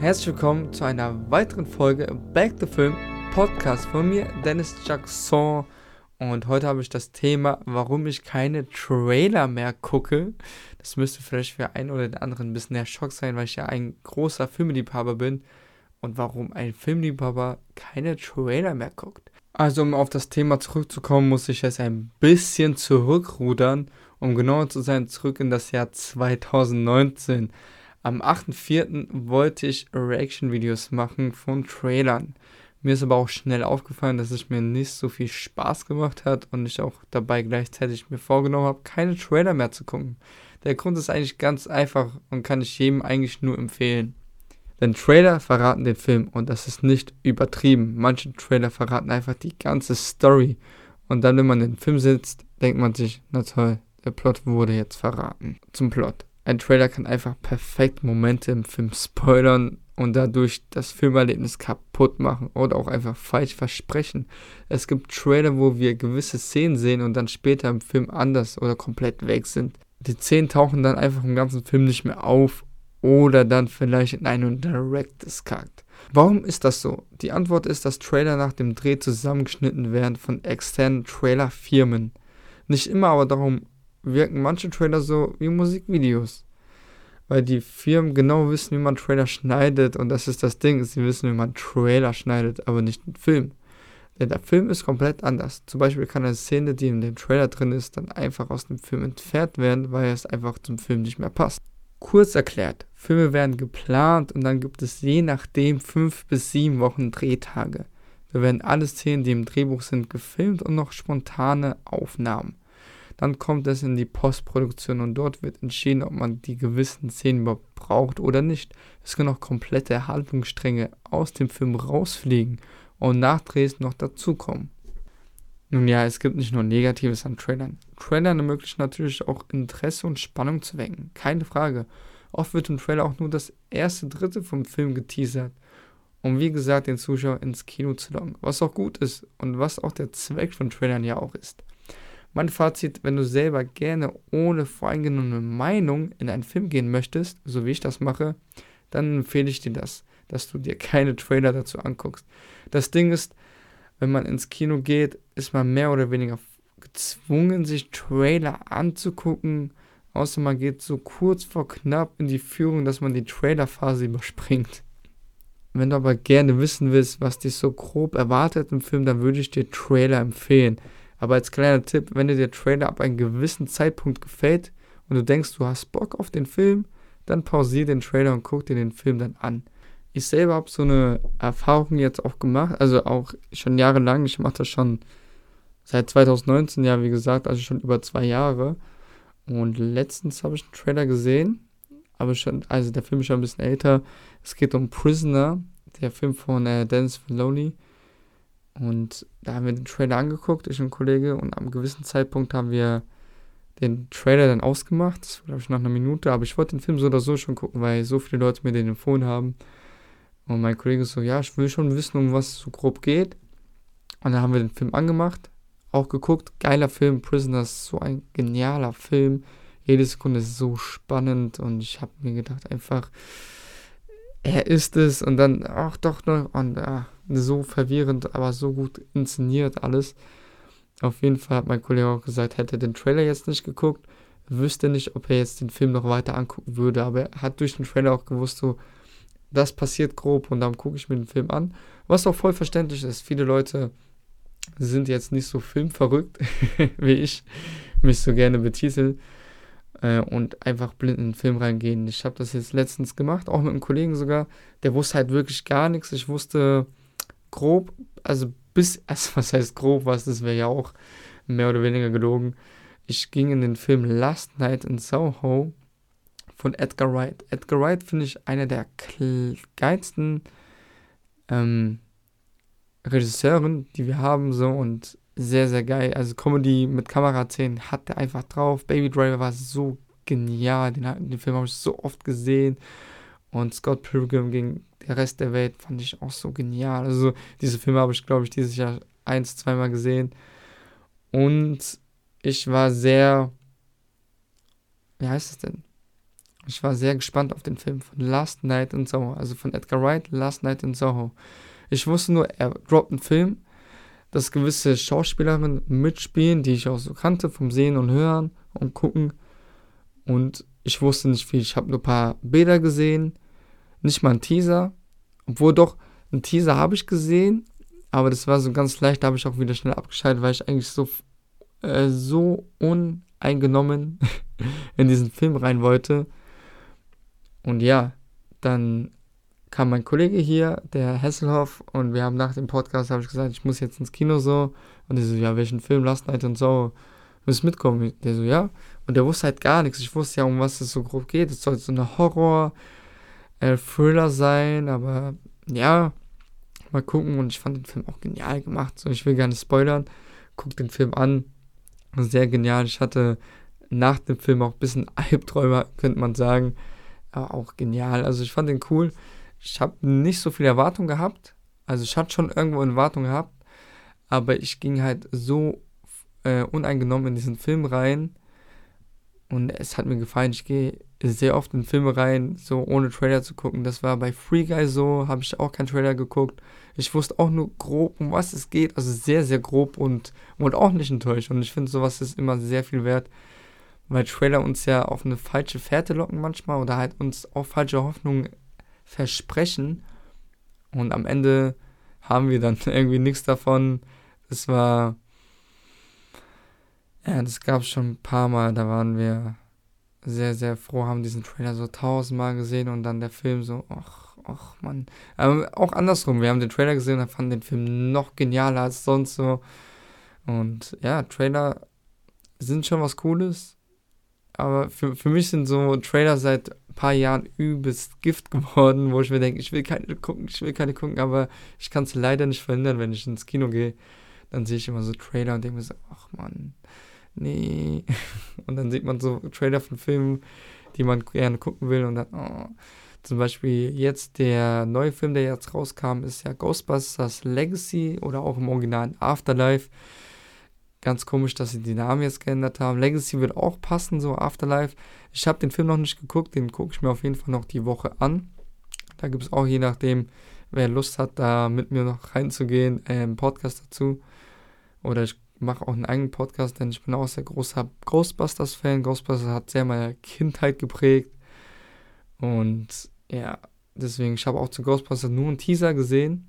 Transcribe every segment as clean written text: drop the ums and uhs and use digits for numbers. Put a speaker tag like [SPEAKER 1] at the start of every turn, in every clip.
[SPEAKER 1] Herzlich willkommen zu einer weiteren Folge Back to Film Podcast von mir, Dennis Jackson. Und heute habe ich das Thema, warum ich keine Trailer mehr gucke. Das müsste vielleicht für einen oder den anderen ein bisschen der Schock sein, weil ich ja ein großer Filmliebhaber bin. Und warum ein Filmliebhaber keine Trailer mehr guckt. Also um auf das Thema zurückzukommen, muss ich jetzt ein bisschen zurückrudern. Um genauer zu sein, zurück in das Jahr 2019. Am 8.4. wollte ich Reaction-Videos machen von Trailern. Mir ist aber auch schnell aufgefallen, dass es mir nicht so viel Spaß gemacht hat und ich auch dabei gleichzeitig mir vorgenommen habe, keine Trailer mehr zu gucken. Der Grund ist eigentlich ganz einfach und kann ich jedem eigentlich nur empfehlen. Denn Trailer verraten den Film und das ist nicht übertrieben. Manche Trailer verraten einfach die ganze Story. Und dann, wenn man in den Film sitzt, denkt man sich, na toll, der Plot wurde jetzt verraten. Zum Plot. Ein Trailer kann einfach perfekt Momente im Film spoilern und dadurch das Filmerlebnis kaputt machen oder auch einfach falsch versprechen. Es gibt Trailer, wo wir gewisse Szenen sehen und dann später im Film anders oder komplett weg sind. Die Szenen tauchen dann einfach im ganzen Film nicht mehr auf oder dann vielleicht in einem Director's Cut. Warum ist das so? Die Antwort ist, dass Trailer nach dem Dreh zusammengeschnitten werden von externen Trailerfirmen. Nicht immer, aber darum wirken manche Trailer so wie Musikvideos. Weil die Firmen genau wissen, wie man Trailer schneidet und das ist das Ding, sie wissen, wie man Trailer schneidet, aber nicht einen Film. Denn der Film ist komplett anders. Zum Beispiel kann eine Szene, die in dem Trailer drin ist, dann einfach aus dem Film entfernt werden, weil es einfach zum Film nicht mehr passt. Kurz erklärt, Filme werden geplant und dann gibt es je nachdem 5 bis 7 Wochen Drehtage. Da werden alle Szenen, die im Drehbuch sind, gefilmt und noch spontane Aufnahmen. Dann kommt es in die Postproduktion und dort wird entschieden, ob man die gewissen Szenen überhaupt braucht oder nicht. Es können auch komplette Handlungsstränge aus dem Film rausfliegen und Nachdrehs noch dazukommen. Nun ja, es gibt nicht nur Negatives an Trailern. Trailern ermöglichen natürlich auch Interesse und Spannung zu wecken, keine Frage. Oft wird im Trailer auch nur das erste Drittel vom Film geteasert, um wie gesagt den Zuschauer ins Kino zu locken, was auch gut ist und was auch der Zweck von Trailern ja auch ist. Mein Fazit, wenn du selber gerne ohne voreingenommene Meinung in einen Film gehen möchtest, so wie ich das mache, dann empfehle ich dir das, dass du dir keine Trailer dazu anguckst. Das Ding ist, wenn man ins Kino geht, ist man mehr oder weniger gezwungen, sich Trailer anzugucken, außer man geht so kurz vor knapp in die Führung, dass man die Trailerphase überspringt. Wenn du aber gerne wissen willst, was dich so grob erwartet im Film, dann würde ich dir Trailer empfehlen. Aber als kleiner Tipp, wenn dir der Trailer ab einem gewissen Zeitpunkt gefällt und du denkst, du hast Bock auf den Film, dann pausiere den Trailer und guck dir den Film dann an. Ich selber habe so eine Erfahrung jetzt auch gemacht, also auch schon jahrelang, ich mache das schon seit 2019, ja wie gesagt, also schon über 2 Jahre. Und letztens habe ich einen Trailer gesehen, aber schon, also der Film ist schon ein bisschen älter. Es geht um Prisoner, der Film von Denis Villeneuve. Und da haben wir den Trailer angeguckt, ich und ein Kollege, und am gewissen Zeitpunkt haben wir den Trailer dann ausgemacht. Das war, glaube ich, nach einer Minute, aber ich wollte den Film so oder so schon gucken, weil so viele Leute mir den empfohlen haben. Und mein Kollege so, ja, ich will schon wissen, um was es so grob geht. Und dann haben wir den Film angemacht, auch geguckt. Geiler Film, Prisoners, so ein genialer Film. Jede Sekunde ist so spannend und ich habe mir gedacht, einfach, er ist es und dann, ach doch noch, und so verwirrend, aber so gut inszeniert alles. Auf jeden Fall hat mein Kollege auch gesagt, hätte er den Trailer jetzt nicht geguckt, wüsste nicht, ob er jetzt den Film noch weiter angucken würde, aber er hat durch den Trailer auch gewusst, so, das passiert grob und dann gucke ich mir den Film an, was auch voll verständlich ist. Viele Leute sind jetzt nicht so filmverrückt, wie ich mich so gerne betitel, und einfach blind in den Film reingehen. Ich habe das jetzt letztens gemacht, auch mit einem Kollegen sogar, der wusste halt wirklich gar nichts. Ich wusste grob, also was heißt grob, das wäre ja auch mehr oder weniger gelogen. Ich ging in den Film Last Night in Soho von Edgar Wright. Edgar Wright finde ich einer der geilsten Regisseuren, die wir haben, so, und sehr, sehr geil. Also Comedy mit Kameraszenen hat er einfach drauf. Baby Driver war so genial. Den Film habe ich so oft gesehen. Und Scott Pilgrim gegen der Rest der Welt fand ich auch so genial. Also diese Filme habe ich, glaube ich, dieses Jahr 1-2 Mal gesehen. Und ich war sehr, wie heißt es denn? Ich war sehr gespannt auf den Film von Last Night in Soho, also von Edgar Wright, Last Night in Soho. Ich wusste nur, er droppt einen Film, dass gewisse Schauspielerinnen mitspielen, die ich auch so kannte, vom Sehen und Hören und Gucken. Und ich wusste nicht viel. Ich habe nur ein paar Bilder gesehen, nicht mal einen Teaser. Obwohl doch, einen Teaser habe ich gesehen, aber das war so ganz leicht, da habe ich auch wieder schnell abgeschaltet, weil ich eigentlich so uneingenommen in diesen Film rein wollte. Und ja, dann kam mein Kollege hier, der Hasselhoff, und wir haben nach dem Podcast, habe ich gesagt, ich muss jetzt ins Kino so. Und der so, ja, welchen Film, Last Night und so, willst du mitkommen? Der so, ja. Und der wusste halt gar nichts. Ich wusste ja, um was es so grob geht. Es soll so eine Horror-Thriller sein, aber ja, mal gucken. Und ich fand den Film auch genial gemacht. So, ich will gar nicht spoilern. Guck den Film an. Sehr genial. Ich hatte nach dem Film auch ein bisschen Albträume, könnte man sagen. Aber auch genial. Also ich fand den cool. Ich habe nicht so viel Erwartung gehabt. Also ich hatte schon irgendwo eine Erwartung gehabt. Aber ich ging halt so uneingenommen in diesen Film rein. Und es hat mir gefallen. Ich gehe sehr oft in Filme rein, so ohne Trailer zu gucken. Das war bei Free Guy so, habe ich auch keinen Trailer geguckt. Ich wusste auch nur grob, um was es geht. Also sehr, sehr grob und auch nicht enttäuscht. Und ich finde, sowas ist immer sehr viel wert, weil Trailer uns ja auf eine falsche Fährte locken manchmal oder halt uns auch falsche Hoffnungen versprechen. Und am Ende haben wir dann irgendwie nichts davon. Das war, ja, das gab es schon ein paar Mal. Da waren wir sehr, sehr froh, haben diesen Trailer so 1000-mal gesehen und dann der Film so, ach Mann. Aber auch andersrum, wir haben den Trailer gesehen und fanden den Film noch genialer als sonst so. Und ja, Trailer sind schon was Cooles, aber für mich sind so Trailer seit ein paar Jahren übelst Gift geworden, wo ich mir denke, ich will keine gucken, aber ich kann es leider nicht verhindern, wenn ich ins Kino gehe. Dann sehe ich immer so Trailer und denke mir so, ach Mann, nee. Und dann sieht man so Trailer von Filmen, die man gerne gucken will und dann, oh. Zum Beispiel jetzt der neue Film, der jetzt rauskam, ist ja Ghostbusters Legacy oder auch im Original Afterlife. Ganz komisch, dass sie die Namen jetzt geändert haben. Legacy wird auch passen, so Afterlife. Ich habe den Film noch nicht geguckt, den gucke ich mir auf jeden Fall noch die Woche an. Da gibt es auch, je nachdem, wer Lust hat, da mit mir noch reinzugehen, einen Podcast dazu. Oder ich mache auch einen eigenen Podcast, denn ich bin auch sehr großer Ghostbusters-Fan. Ghostbusters hat sehr meine Kindheit geprägt. Und ja, deswegen, ich habe auch zu Ghostbusters nur einen Teaser gesehen.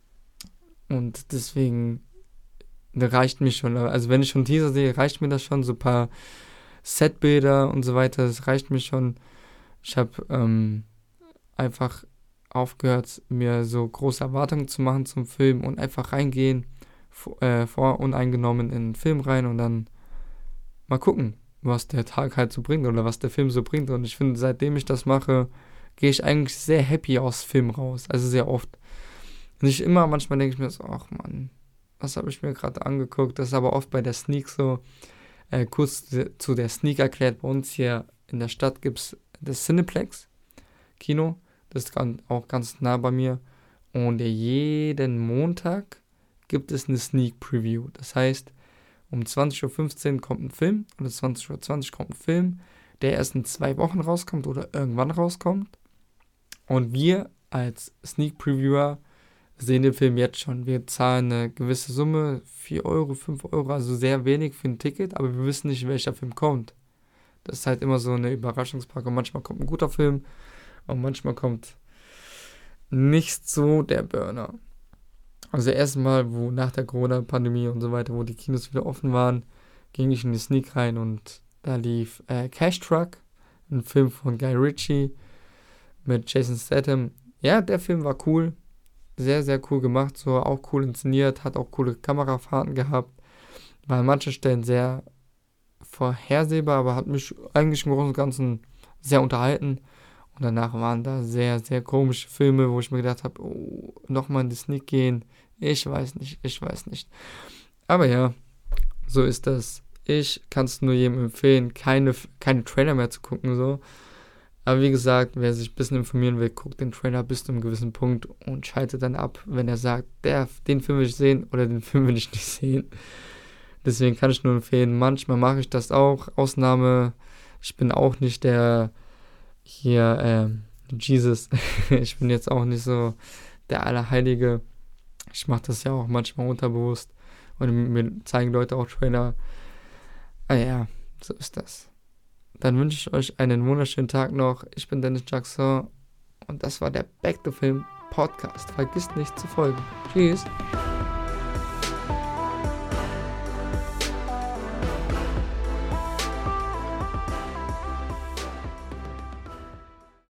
[SPEAKER 1] Und deswegen reicht mir schon. Also wenn ich schon einen Teaser sehe, reicht mir das schon. So ein paar Setbilder und so weiter, das reicht mir schon. Ich habe einfach aufgehört, mir so große Erwartungen zu machen zum Film und einfach reingehen, uneingenommen in den Film rein und dann mal gucken, was der Tag halt so bringt oder was der Film so bringt. Und ich finde, seitdem ich das mache, gehe ich eigentlich sehr happy aus Film raus. Also sehr oft. Nicht immer, manchmal denke ich mir so, ach Mann, was habe ich mir gerade angeguckt? Das ist aber oft bei der Sneak so. Kurz zu der Sneak erklärt, bei uns hier in der Stadt gibt es das Cineplex Kino. Das ist auch ganz nah bei mir. Und jeden Montag gibt es eine Sneak Preview. Das heißt, um 20.15 Uhr kommt ein Film oder 20.20 Uhr kommt ein Film, der erst in 2 Wochen rauskommt oder irgendwann rauskommt. Und wir als Sneak Previewer sehen den Film jetzt schon. Wir zahlen eine gewisse Summe, 4 Euro, 5 Euro, also sehr wenig für ein Ticket, aber wir wissen nicht, welcher Film kommt. Das ist halt immer so eine Überraschungspackung. Manchmal kommt ein guter Film und manchmal kommt nicht so der Burner. Also erstmal, wo nach der Corona-Pandemie und so weiter, wo die Kinos wieder offen waren, ging ich in die Sneak rein und da lief Cash Truck, ein Film von Guy Ritchie mit Jason Statham. Ja, der Film war cool. Sehr, sehr cool gemacht, so auch cool inszeniert, hat auch coole Kamerafahrten gehabt, war an manchen Stellen sehr vorhersehbar, aber hat mich eigentlich im Großen und Ganzen sehr unterhalten. Und danach waren da sehr, sehr komische Filme, wo ich mir gedacht habe, oh, nochmal in die Sneak gehen, ich weiß nicht. Aber ja, so ist das. Ich kann es nur jedem empfehlen, keine Trailer mehr zu gucken, so. Aber wie gesagt, wer sich ein bisschen informieren will, guckt den Trailer bis zu einem gewissen Punkt und schaltet dann ab, wenn er sagt, den Film will ich sehen oder den Film will ich nicht sehen. Deswegen kann ich nur empfehlen, manchmal mache ich das auch. Ausnahme, ich bin auch nicht der hier, Jesus. Ich bin jetzt auch nicht so der Allerheilige. Ich mache das ja auch manchmal unterbewusst. Und mir zeigen Leute auch Trailer. Ah ja, so ist das. Dann wünsche ich euch einen wunderschönen Tag noch. Ich bin Dennis Jackson und das war der Back to Film Podcast. Vergisst nicht zu folgen. Tschüss.